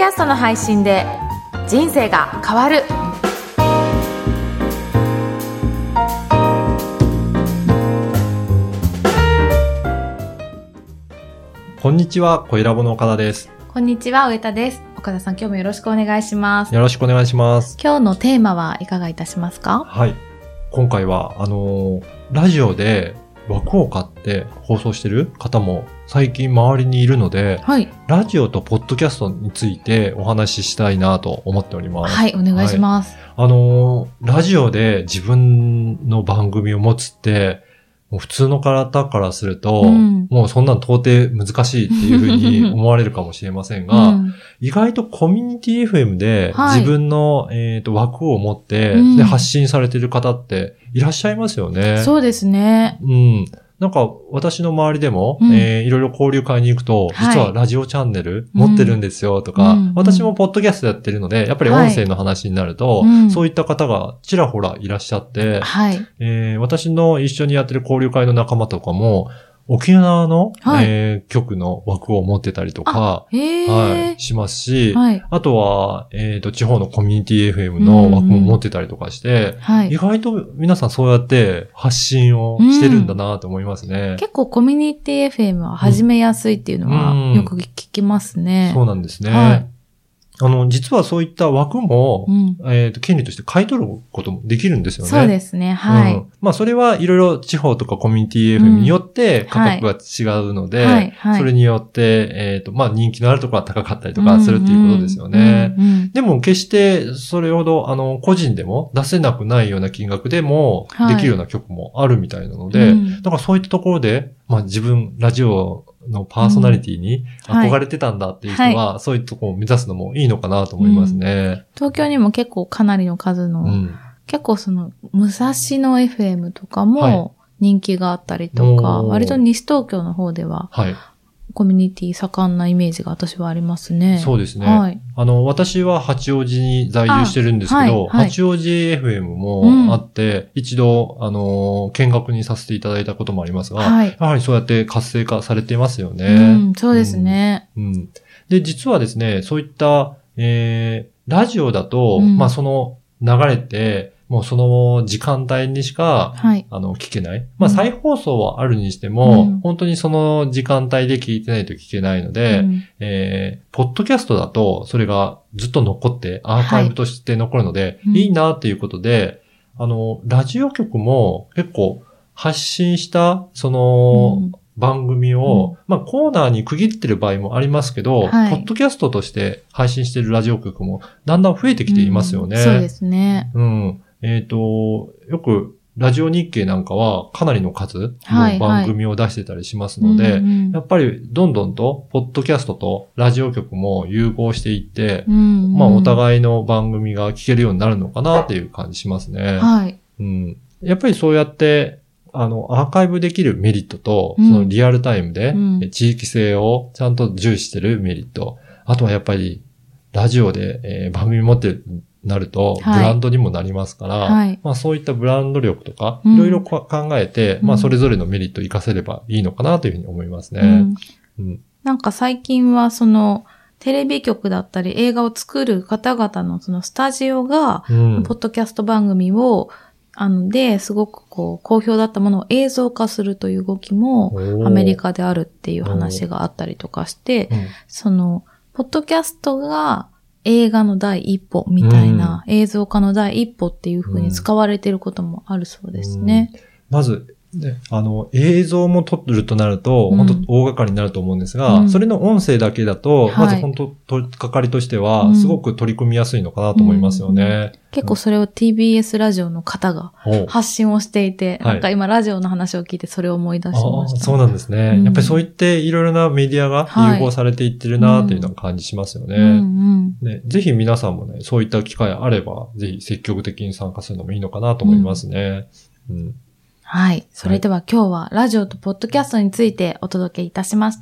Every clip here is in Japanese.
キャストの配信で人生が変わる。 こんにちは、声ラボの岡田です。 こんにちは、上田です。岡田さん、今日もよろしくお願いします。 よろしくお願いします。 今日のテーマはいかがいたしますか？ はい。今回は、ラジオで枠を買って放送してる方も最近周りにいるので、 はい。 ラジオとポッドキャストについてお話ししたいなと思っております。 はい、お願いします。 はい、ラジオで自分の番組を持つって、もう普通の方からすると、もうそんなの到底難しいっていうふうに思われるかもしれませんが、意外とコミュニティ FM で自分の、枠を持って、で発信されている方っていらっしゃいますよね。 そうですね。 なんか私の周りでも、いろいろ交流会に行くと、実はラジオチャンネル持ってるんですよとか、私もポッドキャストやってるので、やっぱり音声の話になると、そういった方がちらほらいらっしゃって、私の一緒にやってる交流会の仲間とかも、沖縄の、局の枠を持ってたりとか、しますし、あとは、地方のコミュニティ FM の枠も持ってたりとかして、意外と皆さんそうやって発信をしてるんだなと思いますね。 結構コミュニティ FM は始めやすいっていうのはよく聞きますね。 そうなんですね。実はそういった枠も、権利として買い取ることもできるんですよね。 そうですね。はい。 まあ、それはいろいろ地方とかコミュニティ FM によって価格が違うので、それによって、まあ、人気のあるところは高かったりとかするっていうことですよね。でも、決してそれほど、個人でも出せなくないような金額でもできるような曲もあるみたいなので、だからそういったところで、まあ、自分、ラジオのパーソナリティに憧れてたんだっていう人は、そういうところを目指すのもいいのかなと思いますね。 東京にも結構かなりの数の、結構その、武蔵野 FM とかも人気があったりとか、割と西東京の方では、コミュニティ盛んなイメージが私はありますね。 そうですね。私は八王子に在住してるんですけど、八王子 FM もあって、一度、見学にさせていただいたこともありますが、やはりそうやって活性化されてますよね。 そうですね。 で、実はですね、そういった、ラジオだと、まあ、その流れて、もうその時間帯にしか、聞けない。まあ再放送はあるにしても、本当にその時間帯で聞いてないと聞けないので、ポッドキャストだとそれがずっと残ってアーカイブとして残るので、いいなっていうことで、ラジオ局も結構発信した、その、番組を、まあコーナーに区切ってる場合もありますけど、ポッドキャストとして配信しているラジオ局もだんだん増えてきていますよね。 そうですね。 よく、ラジオ日経なんかはかなりの数の番組を出してたりしますので、やっぱりどんどんと、ポッドキャストとラジオ局も融合していって、まあお互いの番組が聞けるようになるのかなっていう感じしますね。やっぱりそうやって、アーカイブできるメリットと、そのリアルタイムで、地域性をちゃんと重視してるメリット。あとはやっぱり、ラジオで、番組持ってる、なると、ブランドにもなりますから、まあそういったブランド力とか、いろいろ考えて、まあそれぞれのメリットを活かせればいいのかなというふうに思いますね。 なんか最近はその、テレビ局だったり映画を作る方々のそのスタジオが、ポッドキャスト番組を、すごくこう、好評だったものを映像化するという動きも、アメリカであるっていう話があったりとかして、その、ポッドキャストが、映画の第一歩みたいな、映像化の第一歩っていう風に使われていることもあるそうですね。 まず、ね、映像も撮るとなると、本当大掛かりになると思うんですが、それの音声だけだと、まず本当取り掛かりとしては、すごく取り組みやすいのかなと思いますよね。 結構それを TBS ラジオの方が発信をしていて、なんか今ラジオの話を聞いてそれを思い出しました。 そうなんですね。やっぱりそういっていろいろなメディアが融合されていってるなというのを感じしますよね。ぜひ皆さんもね、そういった機会あれば、ぜひ積極的に参加するのもいいのかなと思いますね。 はい。それでは今日はラジオとポッドキャストについてお届けいたしました。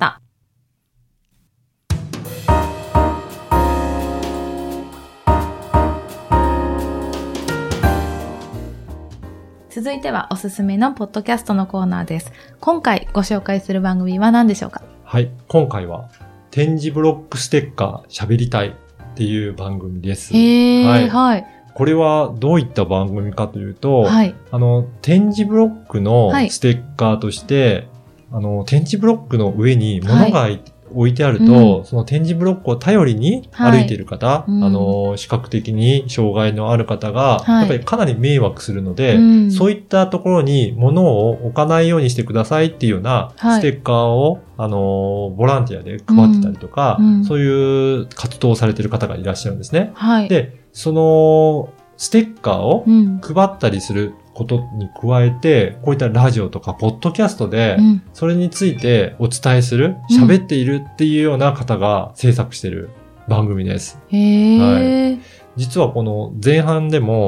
続いてはおすすめのポッドキャストのコーナーです。今回ご紹介する番組は何でしょうか？ はい。今回は展示ブロックステッカー喋りたいっていう番組です。 はい。 これはどういった番組かというと、 はい、 点字ブロックのステッカーとして、点字ブロックの上に物が置いてあると、その点字ブロックを頼りに歩いている方、視覚的に障害のある方が、やっぱりかなり迷惑するので、そういったところに物を置かないようにしてくださいっていうようなステッカーを、ボランティアで配ってたりとか、そういう活動をされている方がいらっしゃるんですね。で、そのステッカーを配ったりすることに加えて、こういったラジオとかポッドキャストで、それについてお伝えする、喋っているっていうような方が制作している番組です。実はこの前半でも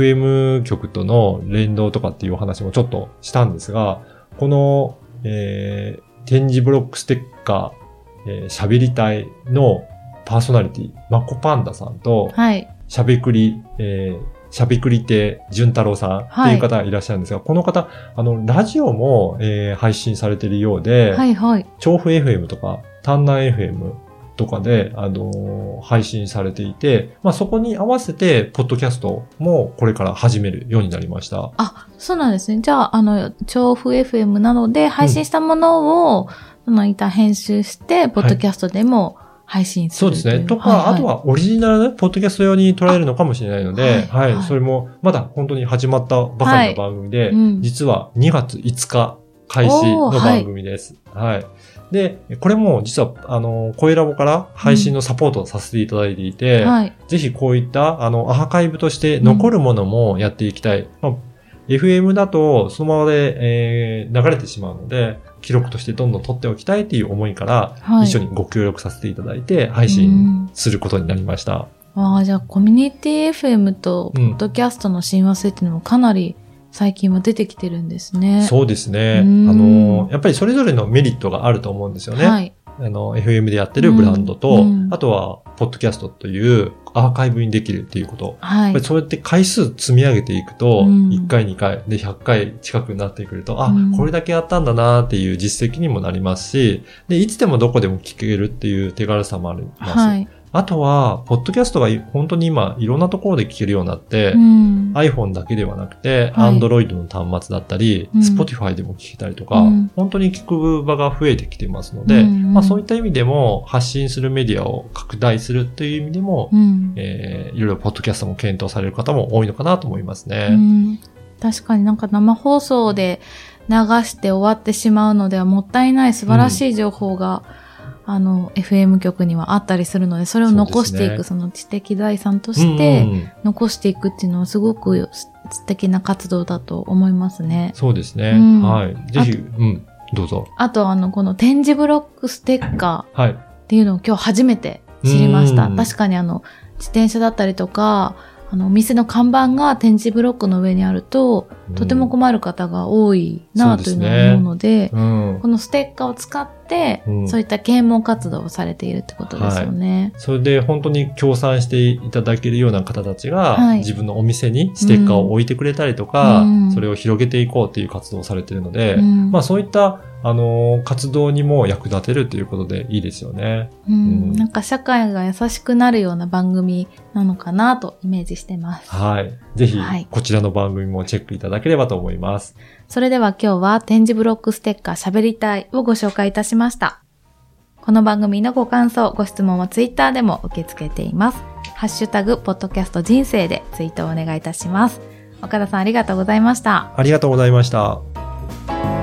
FM 局との連動とかっていうお話もちょっとしたんですが、この、点字ブロックステッカー、喋りたいのパーソナリティ、マコパンダさんと、しゃべくり亭淳太郎さんっていう方がいらっしゃるんですが、この方、ラジオも、配信されているようで、調布 FM とか、丹南 FM とかで、配信されていて、そこに合わせて、ポッドキャストもこれから始めるようになりました。 あ、そうなんですね。じゃあ、調布 FM なので、配信したものを、一旦編集して、ポッドキャストでも、配信する。 そうですね。とか、あとはオリジナルポッドキャスト用に捉えるのかもしれないので、それもまだ本当に始まったばかりの番組で、実は2月5日開始の番組です。で、これも実は、声ラボから配信のサポートをさせていただいていて、ぜひこういった、アーカイブとして残るものもやっていきたい。FM だとそのままで、流れてしまうので、記録としてどんどん取っておきたいという思いから、一緒にご協力させていただいて、配信することになりました。 じゃあコミュニティ FM とポッドキャストの親和性っていうのもかなり最近は出てきてるんですね。 そうですね。やっぱりそれぞれのメリットがあると思うんですよね。FM でやってるブランドと、あとは、ポッドキャストというアーカイブにできるっていうこと。やっぱりそうやって回数積み上げていくと、1回、2回、で、100回近くになってくると、これだけやったんだなっていう実績にもなりますし、で、いつでもどこでも聞けるっていう手軽さもあります。あとは、ポッドキャストが本当に今、いろんなところで聞けるようになって、iPhone だけではなくて、Android の端末だったり、Spotify でも聞けたりとか、本当に聞く場が増えてきてますので、そういった意味でも、発信するメディアを拡大するっていう意味でも、いろいろポッドキャストも検討される方も多いのかなと思いますね。 確かになんか生放送で流して終わってしまうのではもったいない素晴らしい情報が、FM 局にはあったりするので、それを残していく、その知的財産として残していくっていうのはすごく素敵な活動だと思いますね。 そうですね。ぜひ、どうぞ。 あと、この点字ブロックステッカーっていうのを今日初めて知りました。確かに自転車だったりとか、お店の看板が点字ブロックの上にあると、とても困る方が多いなというのを思うので、このステッカーを使って、そういった啓蒙活動をされているってことですよね。 それで本当に協賛していただけるような方たちが、自分のお店にステッカーを置いてくれたりとか、それを広げていこうっていう活動をされているので、そういった活動にも役立てるということでいいですよね。 なんか社会が優しくなるような番組なのかなとイメージしてます。 ぜひ、こちらの番組もチェックいただければと思います。 それでは今日は点字ブロックステッカー喋りたいをご紹介いたしました。この番組のご感想、ご質問はツイッターでも受け付けています。ハッシュタグ、ポッドキャスト人生でツイートをお願いいたします。岡田さんありがとうございました。 ありがとうございました。